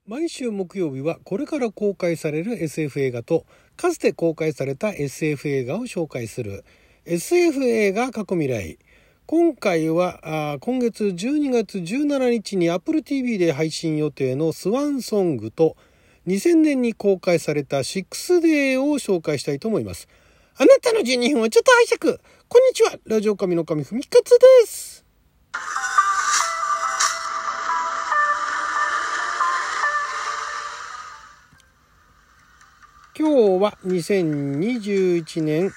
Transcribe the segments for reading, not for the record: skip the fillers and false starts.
毎週木曜日はこれから公開される SF 映画とかつて公開された SF 映画を紹介する SF 映画過去未来。今回は今月12月17日に Apple TV で配信予定のスワンソングと2000年に公開された6 Day を紹介したいと思います。あなたの12分をちょっと拝借。こんにちは、ラジオ神の神ふみかつです。今日は2021年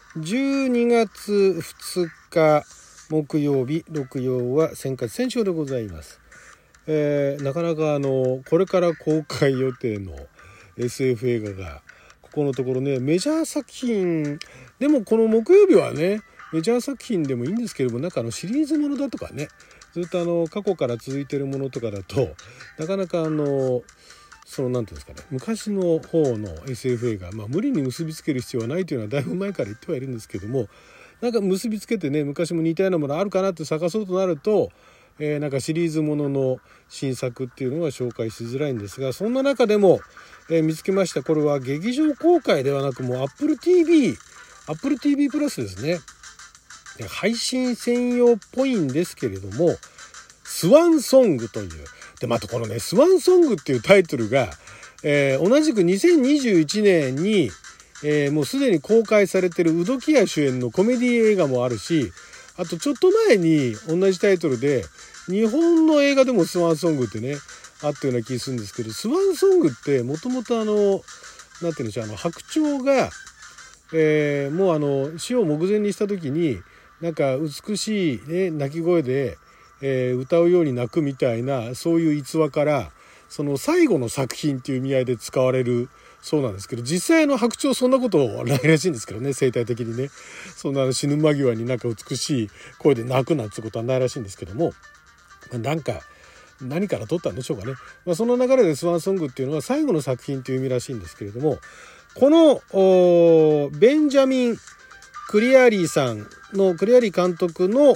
12月2日木曜日、六曜は先勝先勝でございます。なかなかこれから公開予定の SF 映画がここのところね、メジャー作品でもこの木曜日はねメジャー作品でもいいんですけれども、なんかシリーズものだとかね、ずっと過去から続いているものとかだとなかなかそのなんていうんですかね、昔の方の SF 映画、無理に結びつける必要はないというのはだいぶ前から言ってはいるんですけども、なんか結びつけてね、昔も似たようなものあるかなって探そうとなると、なんかシリーズものの新作っていうのは紹介しづらいんですが、そんな中でも、見つけました。これは劇場公開ではなく、もう Apple TV プラスですね、配信専用っぽいんですけれども、スワンソングというで、またこのねスワンソングっていうタイトルが、同じく2021年に、もうすでに公開されてるウドキア主演のコメディ映画もあるし、あとちょっと前に同じタイトルで日本の映画でもスワンソングってねあったような気するんですけど、スワンソングってもともとなんていうんでしょう、白鳥が、もう死を目前にした時になんか美しい、ね、鳴き声で歌うように泣くみたいな、そういう逸話からその最後の作品っていう意味合いで使われるそうなんですけど、実際白鳥そんなことないらしいんですけどね、生態的にね、そんな死ぬ間際になんか美しい声で泣くなんてことはないらしいんですけども、なんか何から取ったんでしょうかね。その流れでスワンソングっていうのは最後の作品という意味らしいんですけれども、このベンジャミン・クリアリー監督の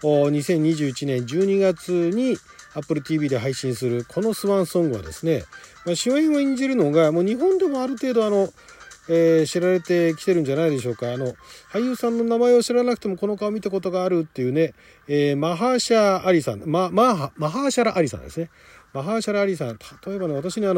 2021年12月に Apple TV で配信するこのスワンソングはですね、主演を演じるのがもう日本でもある程度知られてきてるんじゃないでしょうか。俳優さんの名前を知らなくてもこの顔見たことがあるっていうね、マハーシャラ・アリさんですね。マハーシャラ・アリさん、例えばね、私に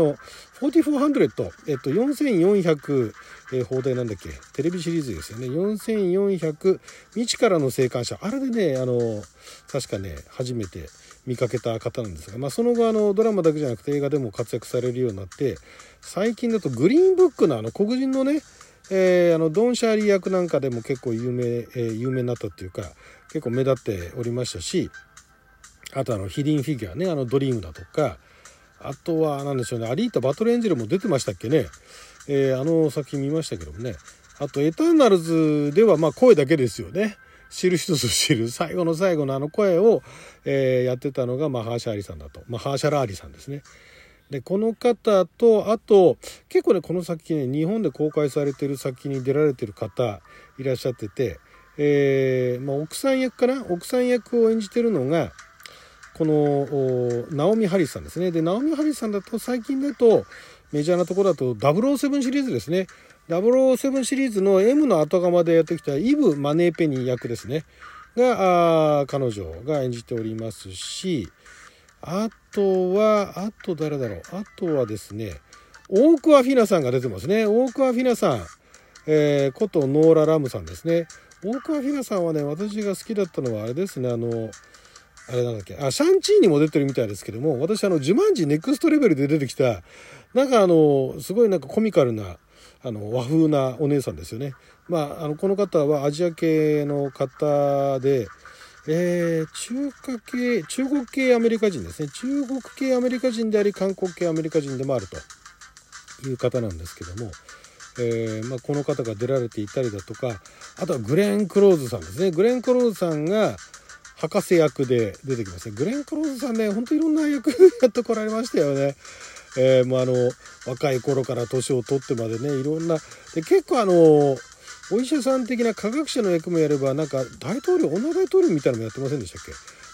4400、4400、放題なんだっけ、テレビシリーズですよね。4400未知からの生還者、あれでね確かね初めて見かけた方なんですが、その後ドラマだけじゃなくて映画でも活躍されるようになって、最近だとグリーンブックの黒人のね、ドン・シャーリー役なんかでも結構有名になったっていうか、結構目立っておりましたし、あとヒディンフィギュアね、ドリームだとか、あとは何でしょうね、アリータ・バトルエンジェルも出てましたっけね、作品見ましたけどもね。あとエターナルズでは声だけですよね。知る人ぞ知る最後の最後の声を、やってたのがマハーシャラ・アリさんですね。でこの方と、あと結構ねこの作品ね、日本で公開されてる作品に出られてる方いらっしゃってて、奥さん役を演じてるのがこのナオミ・ハリスさんですね。でナオミ・ハリスさんだと最近だとメジャーなところだと007シリーズですね。007シリーズの M の後釜でやってきたイブ・マネーペニー役ですねが彼女が演じておりますし、あとは誰だろう、あとはですね、大桑フィナさんが出てますね。大桑フィナさん、ことノーラ・ラムさんですね。大桑フィナさんはね、私が好きだったのはあれですね、あれなんだっけ、シャンチーにも出てるみたいですけども、私ジュマンジネクストレベルで出てきたなんかすごいなんかコミカルな和風なお姉さんですよね。この方はアジア系の方で、中国系アメリカ人ですね。中国系アメリカ人であり韓国系アメリカ人でもあるという方なんですけども、この方が出られていたりだとか、あとはグレン・クローズさんですね。グレン・クローズさんが博士役で出てきますね。グレン・クローズさんね、本当いろんな役やってこられましたよね。若い頃から年を取ってまでね、いろんなで、結構お医者さん的な科学者の役もやれば、なんか女大統領みたいなのもやってませんでしたっけ。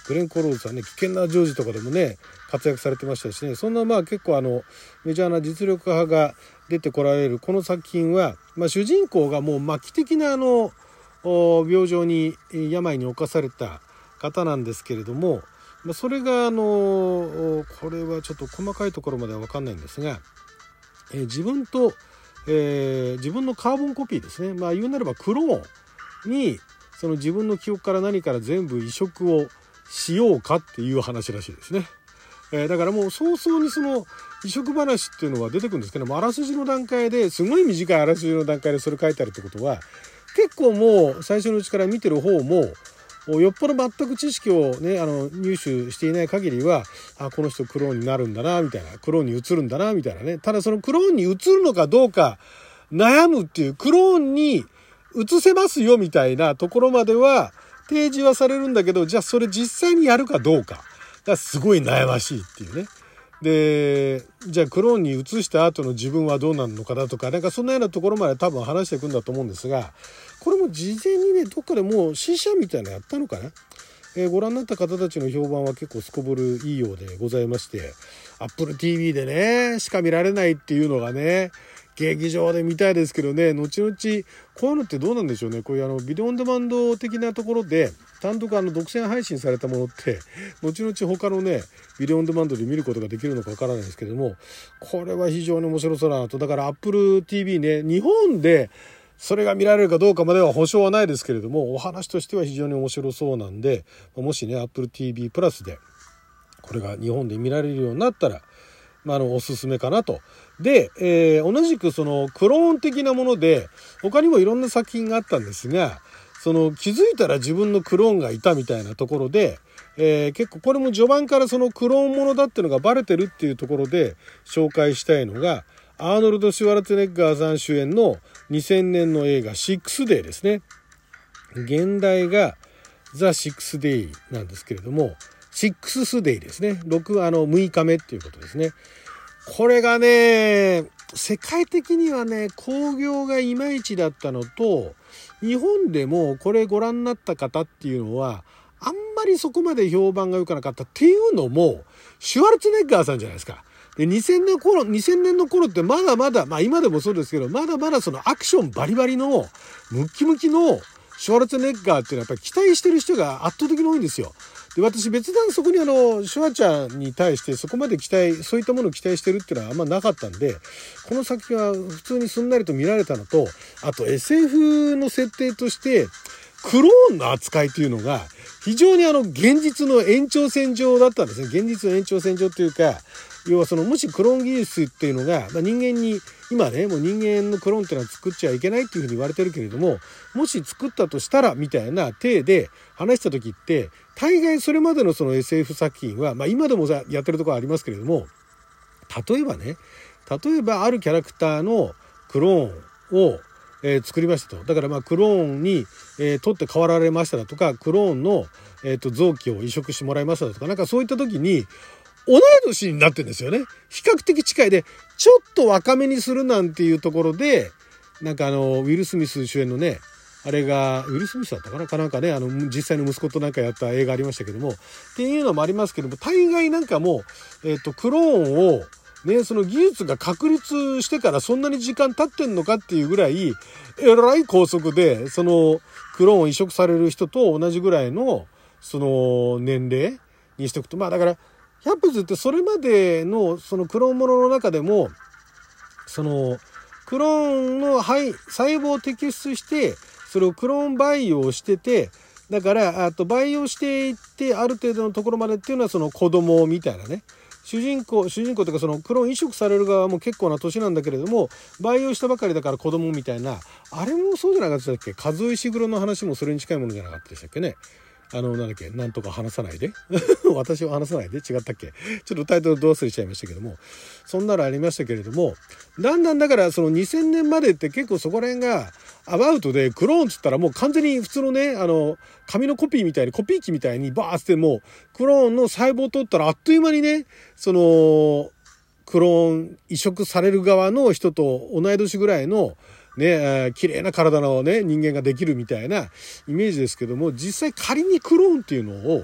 グレン・コローズさんね、危険なジョージとかでもね活躍されてましたしね、そんな結構メジャーな実力派が出てこられるこの作品は、主人公がもう末期的な病状に病に侵された方なんですけれども、それがこれはちょっと細かいところまでは分かんないんですが、自分のカーボンコピーですね、言うなればクローンにその自分の記憶から何から全部移植をしようかっていう話らしいですね。だからもう早々にその移植話っていうのは出てくるんですけども、あらすじの段階ですごい短いあらすじの段階でそれ書いてあるってことは、結構もう最初のうちから見てる方もよっぽど全く知識をね入手していない限りは、この人クローンになるんだなみたいな、クローンに移るんだなみたいなね。ただそのクローンに移るのかどうか悩むっていう、クローンに移せますよみたいなところまでは提示はされるんだけど、じゃあそれ実際にやるかどうかがすごい悩ましいっていうね。で、じゃあクローンに移した後の自分はどうなるのかだとか、なんかそんなようなところまで多分話していくんだと思うんですが、これも事前にねどっかでもう試写みたいなのやったのかな。ご覧になった方たちの評判は結構すこぶるいいようでございまして、 Apple TV でねしか見られないっていうのがね、劇場で見たいですけどね、後々こういうのってどうなんでしょうね。こういうビデオオンデマンド的なところで単独独占配信されたものって後々他のねビデオオンデマンドで見ることができるのかわからないですけども、これは非常に面白そうだなと。だから Apple TV ね、日本でそれが見られるかどうかまでは保証はないですけれども、お話としては非常に面白そうなんで、もしね Apple TV プラスでこれが日本で見られるようになったら、おすすめかなと。で、同じくそのクローン的なもので他にもいろんな作品があったんですが、その気づいたら自分のクローンがいたみたいなところで、結構これも序盤からそのクローンものだっていうのがバレてるっていうところで紹介したいのが、アーノルド・シュワルツェネッガーさん主演の2000年の映画6 Day ですね。現代が The 6 Day なんですけれども、6 Day ですね。6日目っていうことですね。これがね世界的にはね興行がいまいちだったのと、日本でもこれご覧になった方っていうのはあんまりそこまで評判が良くなかったっていうのもシュワルツェネッガーさんじゃないですか。で2000年の頃ってまだまだ、今でもそうですけど、まだまだそのアクションバリバリのムッキムキのシュワルツェネッガーっていうのはやっぱり期待してる人が圧倒的に多いんですよ。で、私別段そこにシュワちゃんに対してそこまでそういったものを期待してるっていうのはあんまなかったんで、この作品は普通にすんなりと見られたのと、あと SF の設定としてクローンの扱いっていうのが非常に現実の延長線上だったんですね。現実の延長線上というか、要はもしクローン技術っていうのが、人間に今ねもう人間のクローンっていうのは作っちゃいけないっていうふうに言われてるけれども、もし作ったとしたらみたいな体で話した時って、大概それまでのその SF 作品は、今でもやってるところありますけれども、例えばあるキャラクターのクローンを作りましたと。だからクローンに、取って代わられましただとか、クローンの、臓器を移植してもらいましただとか、なんかそういった時に同い年になってるんですよね。比較的近いで、ちょっと若めにするなんていうところで、なんかウィル・スミス主演のね、あれがウィル・スミスだったかななんかね、実際の息子となんかやった映画ありましたけども、っていうのもありますけども、大概なんかもうクローンをね、その技術が確立してからそんなに時間経ってんのかっていうぐらいえらい高速で、そのクローンを移植される人と同じぐらいのその年齢にしておくと、だから100歩ずってそれまでのそのクローンものの中でも、そのクローンの細胞を摘出してそれをクローン培養してて、だから培養していってある程度のところまでっていうのはその子供みたいなね、主人公というかそのクローン移植される側も結構な年なんだけれども、培養したばかりだから子供みたいな、あれもそうじゃなかったっけ。数井石黒の話もそれに近いものじゃなかったでしたっけね。なんだっけ、なんとか話さないで私は話さないで違ったっけ、ちょっとタイトルど忘れしちゃいましたけども、そんなのありましたけれども、だんだんだからその2000年までって結構そこら辺がアバウトで、クローンっつったらもう完全に普通のね紙のコピーみたいに、コピー機みたいにバーってもうクローンの細胞を取ったらあっという間にね、そのクローン移植される側の人と同い年ぐらいのね、綺麗な体のね人間ができるみたいなイメージですけども、実際仮にクローンっていうのを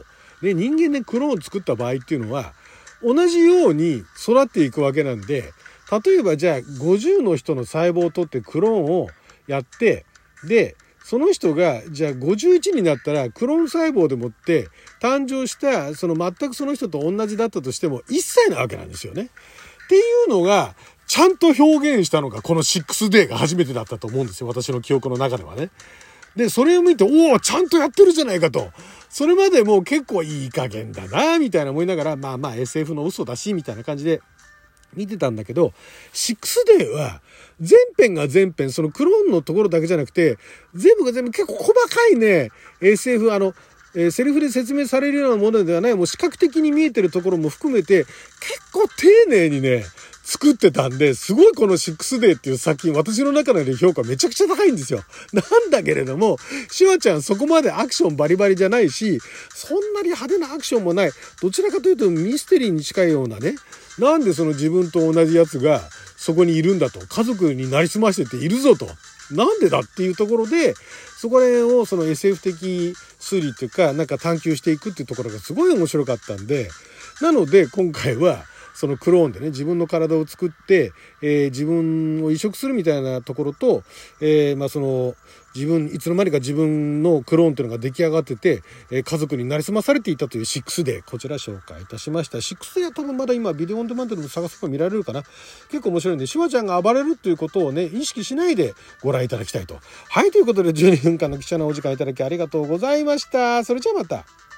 で、人間でクローンを作った場合っていうのは同じように育っていくわけなんで、例えばじゃあ50の人の細胞を取ってクローンをやって、でその人がじゃあ51になったらクローン細胞でもって誕生した全くその人と同じだったとしても1歳なわけなんですよね。っていうのがちゃんと表現したのがこの 6day が初めてだったと思うんですよ、私の記憶の中ではね。でそれを見て、おおちゃんとやってるじゃないかと、それまでもう結構いい加減だなみたいな思いながら、まあ SF の嘘だしみたいな感じで見てたんだけど、6day は全編が全編そのクローンのところだけじゃなくて全部が全部結構細かいね SF セリフで説明されるようなものではない、もう視覚的に見えてるところも含めて結構丁寧にね作ってたんで、すごいこの 6day っていう作品、私の中で評価めちゃくちゃ高いんですよ。なんだけれども、シュワちゃんそこまでアクションバリバリじゃないし、そんなに派手なアクションもない、どちらかというとミステリーに近いようなね、なんでその自分と同じやつがそこにいるんだと、家族になりすましてているぞと、なんでだっていうところで、そこら辺をその SF 的推理っていうか、なんか探求していくっていうところがすごい面白かったんで、なので今回はそのクローンでね、自分の体を作って、自分を移植するみたいなところと、そのいつの間にか自分のクローンというのが出来上がってて、家族になりすまされていたという6day、こちら紹介いたしました。6dayは多分まだ今ビデオオンデマンドでも探せば見られるかな。結構面白いんで、シュワちゃんが暴れるということをね、意識しないでご覧いただきたいと。はい、ということで12分間の貴重なお時間いただきありがとうございました。それじゃあまた。